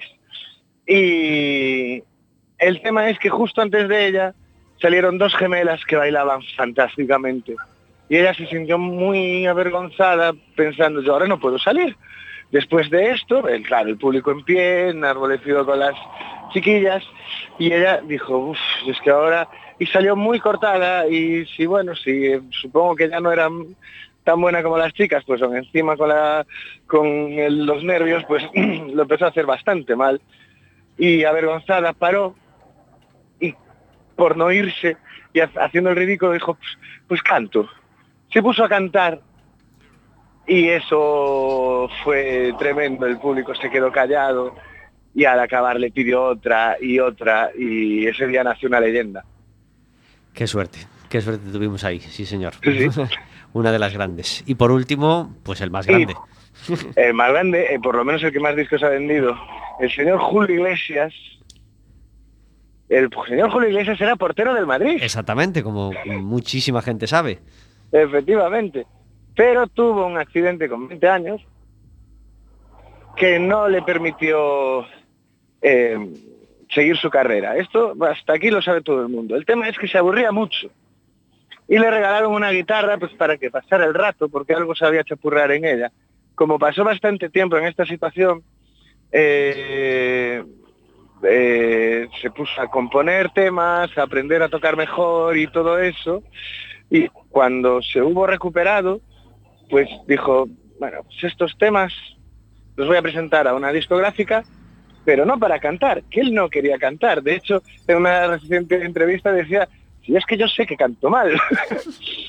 Y el tema es que justo antes de ella salieron dos gemelas que bailaban fantásticamente. Y ella se sintió muy avergonzada pensando, yo ahora no puedo salir. Después de esto, el, claro, el público en pie, enarbolecido con las chiquillas, y ella dijo, uff, es que ahora... Y salió muy cortada, y si bueno, si eh, supongo que ya no era tan buena como las chicas, pues aún encima con, la, con el, los nervios, pues lo empezó a hacer bastante mal. Y avergonzada paró, y por no irse, y ha- haciendo el ridículo, dijo, pues, pues canto. Se puso a cantar, y eso fue tremendo, el público se quedó callado, y al acabar le pidió otra y otra, y ese día nació una leyenda. Qué suerte. Qué suerte tuvimos ahí, sí señor. Sí, sí. Una de las grandes. Y por último, pues el más grande. El más grande, eh, por lo menos el que más discos ha vendido, el señor Julio Iglesias. El señor Julio Iglesias era portero del Madrid. Exactamente, como muchísima gente sabe. Efectivamente. Pero tuvo un accidente con veinte años que no le permitió eh, seguir su carrera. Esto hasta aquí lo sabe todo el mundo. El tema es que se aburría mucho. Y le regalaron una guitarra pues para que pasara el rato, porque algo sabía chapurrar en ella. Como pasó bastante tiempo en esta situación, eh, eh, se puso a componer temas, a aprender a tocar mejor y todo eso. Y cuando se hubo recuperado, pues dijo, bueno, pues estos temas los voy a presentar a una discográfica, pero no para cantar, que él no quería cantar. De hecho, en una reciente entrevista decía, si es que yo sé que canto mal.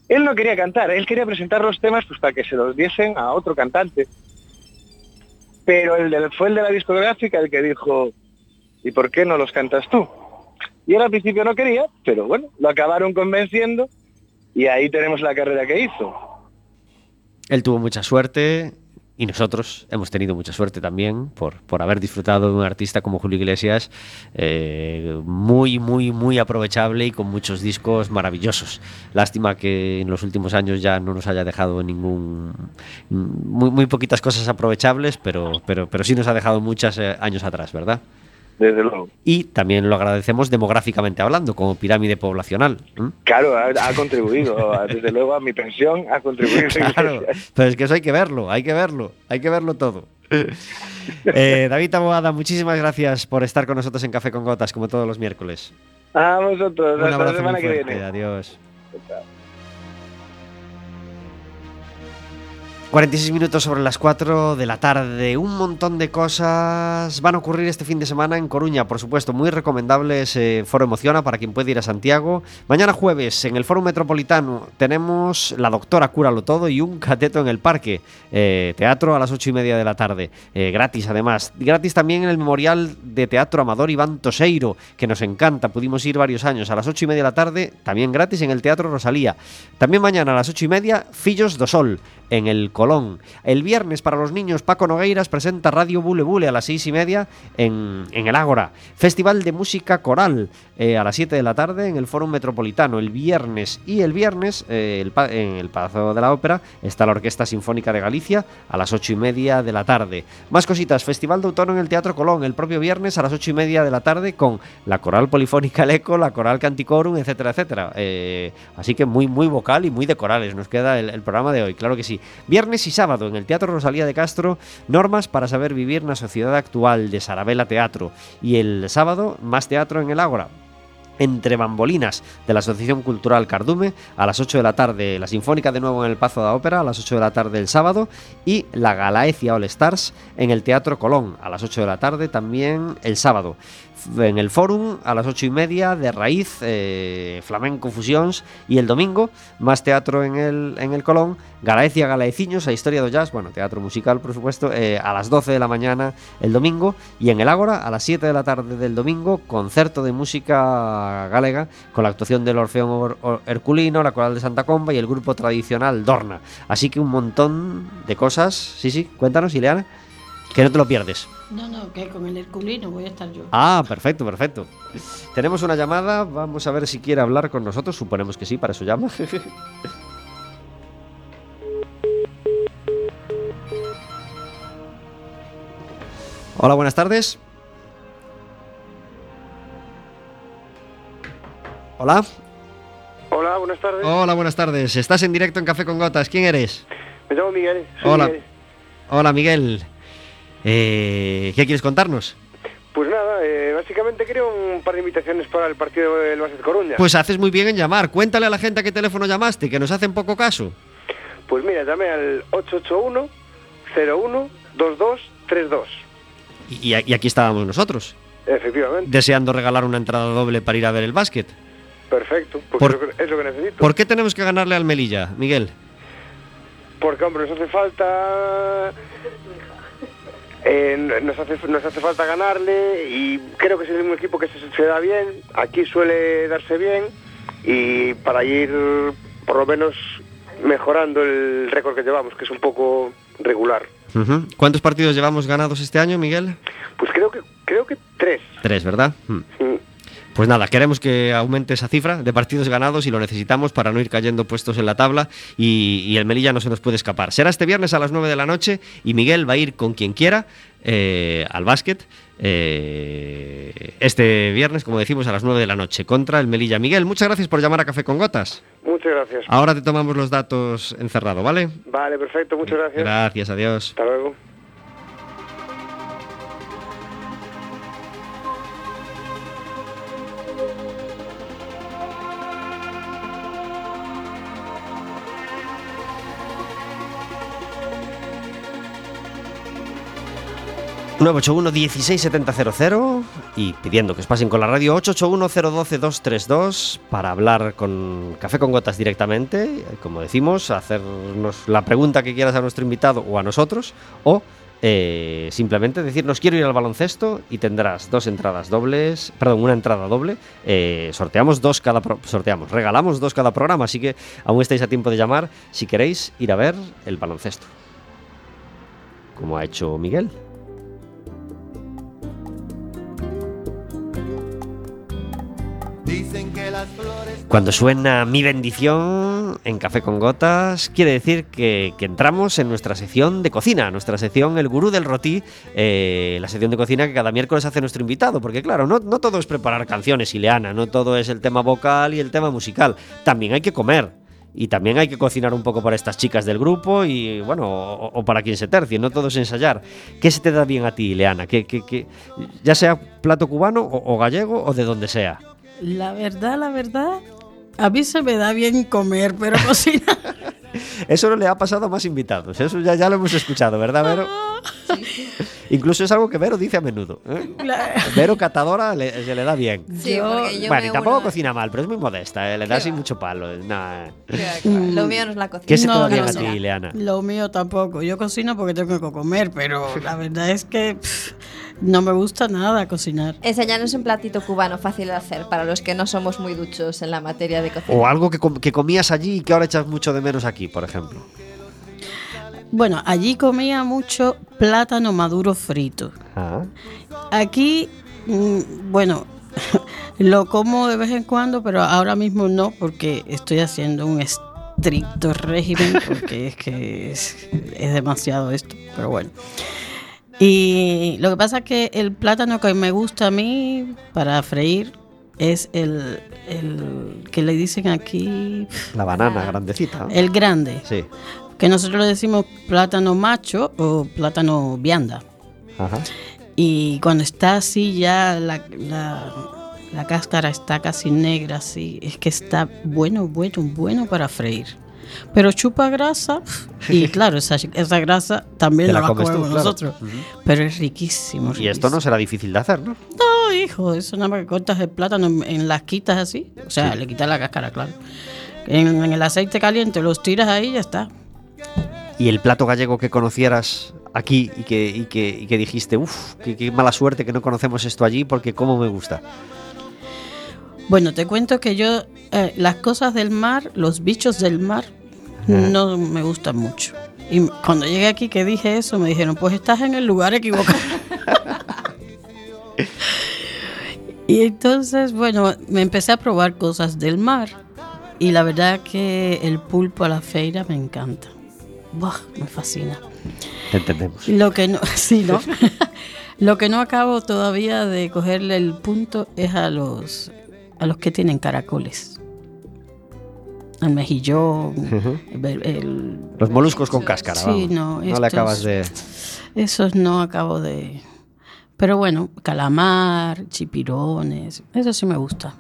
Él no quería cantar, él quería presentar los temas pues para que se los diesen a otro cantante. Pero el de, fue el de la discográfica el que dijo, ¿y por qué no los cantas tú? Y él al principio no quería, pero bueno, lo acabaron convenciendo y ahí tenemos la carrera que hizo. Él tuvo mucha suerte y nosotros hemos tenido mucha suerte también por, por haber disfrutado de un artista como Julio Iglesias, eh, muy, muy, muy aprovechable y con muchos discos maravillosos. Lástima que en los últimos años ya no nos haya dejado ningún... Muy, muy poquitas cosas aprovechables, pero, pero, pero sí nos ha dejado muchos eh, años atrás, ¿verdad? Desde luego. Y también lo agradecemos demográficamente hablando, como pirámide poblacional. ¿Mm? Claro, ha, ha contribuido, desde luego a mi pensión ha contribuido. Claro, pero es que eso hay que verlo, hay que verlo, hay que verlo todo. eh, David Taboada, muchísimas gracias por estar con nosotros en Café con Gotas, como todos los miércoles. A vosotros, Un hasta abrazo la semana muy que fuerte, viene. Adiós. Chao. cuarenta y seis minutos sobre las cuatro de la tarde. Un montón de cosas van a ocurrir este fin de semana en Coruña, por supuesto. Muy recomendable ese Foro Emociona para quien puede ir a Santiago. Mañana jueves en el Foro Metropolitano tenemos La Doctora Cúralo Todo y un cateto en el parque. Eh, teatro a las ocho y media de la tarde. Eh, gratis además. Gratis también en el Memorial de Teatro Amador Iván Toseiro, que nos encanta. Pudimos ir varios años a las ocho y media de la tarde. También gratis en el Teatro Rosalía. También mañana a las ocho y media Fillos do Sol en el Colón. El viernes para los niños Paco Nogueiras presenta Radio Bule Bule a las seis y media en, en el Ágora. Festival de Música Coral eh, a las siete de la tarde en el Fórum Metropolitano. El viernes y el viernes eh, el, en el Palacio de la Ópera está la Orquesta Sinfónica de Galicia a las ocho y media de la tarde. Más cositas, Festival de Outono en el Teatro Colón el propio viernes a las ocho y media de la tarde con la Coral Polifónica El Eco, la Coral Canticorum, etcétera, etcétera. Eh, así que muy, muy vocal y muy de corales nos queda el, el programa de hoy, claro que sí. Viernes y sábado en el Teatro Rosalía de Castro, Normas para saber vivir na sociedade actual de Sarabela Teatro. Y el sábado, más teatro en el Ágora. Entre bambolinas de la Asociación Cultural Cardume a las ocho de la tarde, la Sinfónica de nuevo en el Pazo da Ópera a las ocho de la tarde el sábado y la Galaecia All Stars en el Teatro Colón a las ocho de la tarde también el sábado. En el Fórum a las ocho y media de Raíz, eh, Flamenco Fusións y el domingo más teatro en el, en el Colón, Galaecia Galaeciños, a Historia do Jazz, bueno, teatro musical por supuesto, eh, a las doce de la mañana el domingo y en el Ágora a las siete de la tarde del domingo, concerto de música galega con la actuación del Orfeón Herculino, la Coral de Santa Comba y el grupo tradicional Dorna. Así que un montón de cosas, sí, sí, cuéntanos, Ileana. Que no te lo pierdes. No, no, que con el Herculino voy a estar yo. Ah, perfecto, perfecto. Tenemos una llamada, vamos a ver si quiere hablar con nosotros. Suponemos que sí, para eso llama. Hola, buenas tardes. Hola. Hola, buenas tardes. Hola, buenas tardes. Estás en directo en Café con Gotas. ¿Quién eres? Me llamo Miguel. soy Hola. Miguel. Hola, Miguel. Eh, ¿Qué quieres contarnos? Pues nada, eh, básicamente quería un par de invitaciones para el partido del Básquet Coruña. Pues haces muy bien en llamar. Cuéntale a la gente a qué teléfono llamaste, que nos hacen poco caso. Pues mira, llamé al ocho ocho uno, cero uno, dos dos tres dos. Y, y aquí estábamos nosotros, Efectivamente. deseando regalar una entrada doble para ir a ver el básquet. Perfecto, porque Por- es, lo que, es lo que necesito. ¿Por qué tenemos que ganarle al Melilla, Miguel? Porque, hombre, nos hace falta... eh, nos, hace, nos hace falta ganarle y creo que es el mismo equipo que se, se da bien. Aquí suele darse bien y para ir, por lo menos, mejorando el récord que llevamos, que es un poco regular. Uh-huh. ¿Cuántos partidos llevamos ganados este año, Miguel? Pues creo que creo que tres. Tres, ¿verdad? Hmm. Mm. Pues nada, queremos que aumente esa cifra de partidos ganados y lo necesitamos para no ir cayendo puestos en la tabla y, y el Melilla no se nos puede escapar. Será este viernes a las nueve de la noche y Miguel va a ir con quien quiera eh, al básquet eh, este viernes, como decimos, a las nueve de la noche contra el Melilla. Miguel, muchas gracias por llamar a Café con Gotas. Muchas gracias. Ahora te tomamos los datos encerrado, ¿vale? Vale, perfecto, muchas gracias. Gracias, adiós. Hasta luego. nueve ocho uno dieciséis setenta cero cero y pidiendo que os pasen con la radio ocho ocho uno cero uno dos dos tres dos para hablar con Café con Gotas directamente, como decimos, hacernos la pregunta que quieras a nuestro invitado o a nosotros, o eh, simplemente decirnos quiero ir al baloncesto y tendrás dos entradas dobles, perdón, una entrada doble. Eh, sorteamos dos cada pro- sorteamos, regalamos dos cada programa, así que aún estáis a tiempo de llamar si queréis ir a ver el baloncesto, como ha hecho Miguel. Cuando suena Mi Bendición en Café con Gotas, quiere decir que, que entramos en nuestra sección de cocina, nuestra sección El Gurú del Rotí, eh, la sección de cocina que cada miércoles hace nuestro invitado, porque claro, no, no todo es preparar canciones, Ileana, no todo es el tema vocal y el tema musical, también hay que comer. Y también hay que cocinar un poco para estas chicas del grupo y, bueno, o, o para quien se tercie, no todo es ensayar. ¿Qué se te da bien a ti, Ileana? ¿Qué, qué, qué, ya sea plato cubano o, o gallego o de donde sea? La verdad, la verdad, a mí se me da bien comer, pero cocinar. Eso no le ha pasado a más invitados, eso ya, ya lo hemos escuchado, ¿verdad, Vero? Sí, sí. Incluso es algo que Vero dice a menudo, ¿eh? Vero catadora le, se le da bien. Sí, porque yo Bueno, me y tampoco uno- cocina mal, pero es muy modesta, ¿eh? Le da Qué así va. mucho palo. Nah. Qué va, qué va. Lo mío no es la cocina. ¿Qué se te No, da bien no, a no. ti, Ileana? Lo mío tampoco. Yo cocino porque tengo que comer, pero la verdad es que pff, no me gusta nada cocinar. Enseñarnos un platito cubano fácil de hacer para los que no somos muy duchos en la materia de cocina. O algo que, com- que comías allí y que ahora echas mucho de menos aquí, por ejemplo. Bueno, allí comía mucho plátano maduro frito. Ah. Aquí, mm, bueno, lo como de vez en cuando, pero ahora mismo no, porque estoy haciendo un estricto régimen, porque es que es, es demasiado esto, pero bueno. Y lo que pasa es que el plátano que me gusta a mí para freír es el, el que le dicen aquí, La banana grandecita, ¿no? el grande, Sí. que nosotros le decimos plátano macho o plátano vianda. Ajá. Y cuando está así ya la, la, la cáscara está casi negra, así, es que está bueno, bueno, bueno para freír. Pero chupa grasa y claro, esa, esa grasa también Te la, la la comes tú, comemos claro. nosotros. Ujú. Pero es riquísimo, Y esto no riquísimo. será difícil de hacer, ¿no? No, hijo, eso nada más que cortas el plátano en, en las quitas así. O sea, Sí. le quitas la cáscara, claro. En, en el aceite caliente los tiras ahí y ya está. Y el plato gallego que conocieras aquí y que, y que, y que dijiste, uff, qué, qué mala suerte que no conocemos esto allí porque cómo me gusta. Bueno, te cuento que yo, eh, las cosas del mar, los bichos del mar, no me gustan mucho. Y cuando llegué aquí que dije eso, me dijeron, pues estás en el lugar equivocado. Y entonces, bueno, me empecé a probar cosas del mar. Y la verdad que el pulpo a la feira me encanta. Buah, me fascina. Te entendemos. Lo que no, sí, ¿no? Lo que no acabo todavía de cogerle el punto es a los a los que tienen caracoles. Al mejillón, Ujú. el- el- Los moluscos con cáscara, Sí, vamos. no, No le estos- acabas de... esos no acabo de. Pero bueno, calamar, chipirones, eso sí me gusta.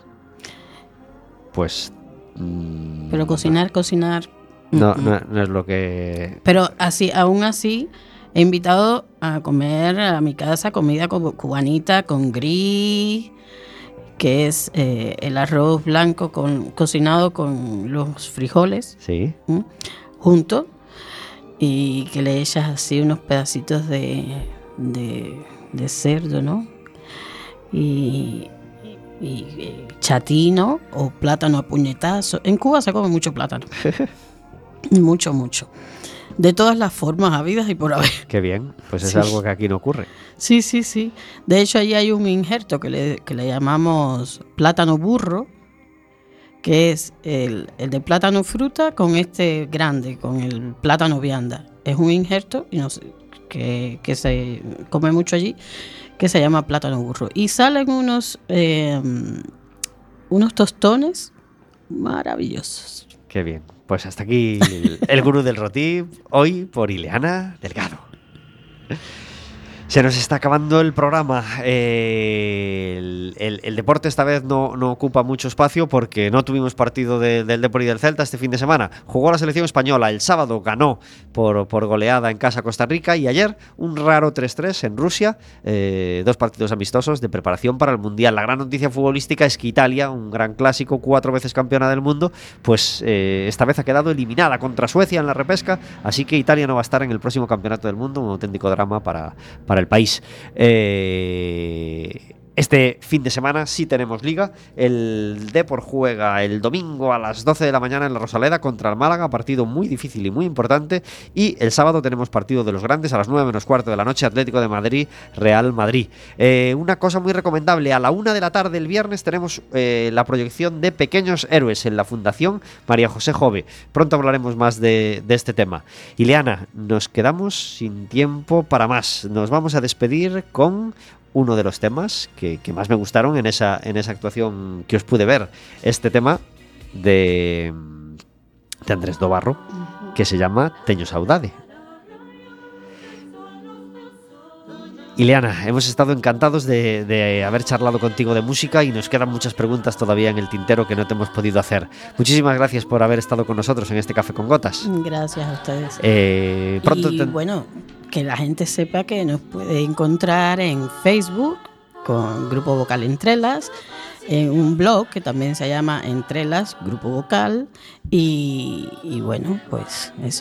Pues... mm, Pero cocinar, cocinar. No, mm, mm. no, no es lo que... Pero así, aún así, he invitado a comer a mi casa comida cu- cubanita con gris, que es eh, el arroz blanco con, cocinado con los frijoles Sí. ¿m? junto, y que le echas así unos pedacitos de, de, de cerdo, ¿no? Y, y, y chatino o plátano a puñetazo. En Cuba se come mucho plátano. Mucho, mucho. De todas las formas habidas y por haber. Qué bien. Pues es Sí. algo que aquí no ocurre. Sí, sí, sí. De hecho, allí hay un injerto que le, que le llamamos plátano burro, que es el, el de plátano fruta con este grande, con el plátano vianda. Es un injerto y no sé, que, que se come mucho allí, que se llama plátano burro. Y salen unos, eh, unos tostones maravillosos. Qué bien. Pues hasta aquí el, el gurú del rotí, hoy por Ileana Delgado. Se nos está acabando el programa. Eh, el, el, el deporte esta vez no, no ocupa mucho espacio porque no tuvimos partido de, del Depor y del Celta este fin de semana. Jugó la selección española, el sábado ganó por, por goleada en casa a Costa Rica y ayer un raro tres tres en Rusia. Eh, dos partidos amistosos de preparación para el Mundial. La gran noticia futbolística es que Italia, un gran clásico, cuatro veces campeona del mundo, pues eh, esta vez ha quedado eliminada contra Suecia en la repesca, así que Italia no va a estar en el próximo campeonato del mundo, un auténtico drama para, para el país. Eh, este fin de semana sí tenemos liga. El Depor juega el domingo a las doce de la mañana en la Rosaleda contra el Málaga, partido muy difícil y muy importante, y el sábado tenemos partido de los grandes a las nueve menos cuarto de la noche, Atlético de Madrid, Real Madrid. Eh, una cosa muy recomendable, a la una de la tarde el viernes tenemos eh, la proyección de Pequeños Héroes en la Fundación María José Jove. Pronto hablaremos más de, de este tema. Ileana, nos quedamos sin tiempo para más. Nos vamos a despedir con uno de los temas que, que más me gustaron en esa, en esa actuación que os pude ver. Este tema de, de Andrés Dobarro, que se llama Teño Saudade. Ileana, hemos estado encantados de, de haber charlado contigo de música y nos quedan muchas preguntas todavía en el tintero que no te hemos podido hacer. Muchísimas gracias por haber estado con nosotros en este Café con Gotas. Gracias a ustedes. Eh, pronto y te... bueno, que la gente sepa que nos puede encontrar en Facebook con Grupo Vocal Entrelas, en un blog que también se llama Entrelas Grupo Vocal y, y bueno, pues eso.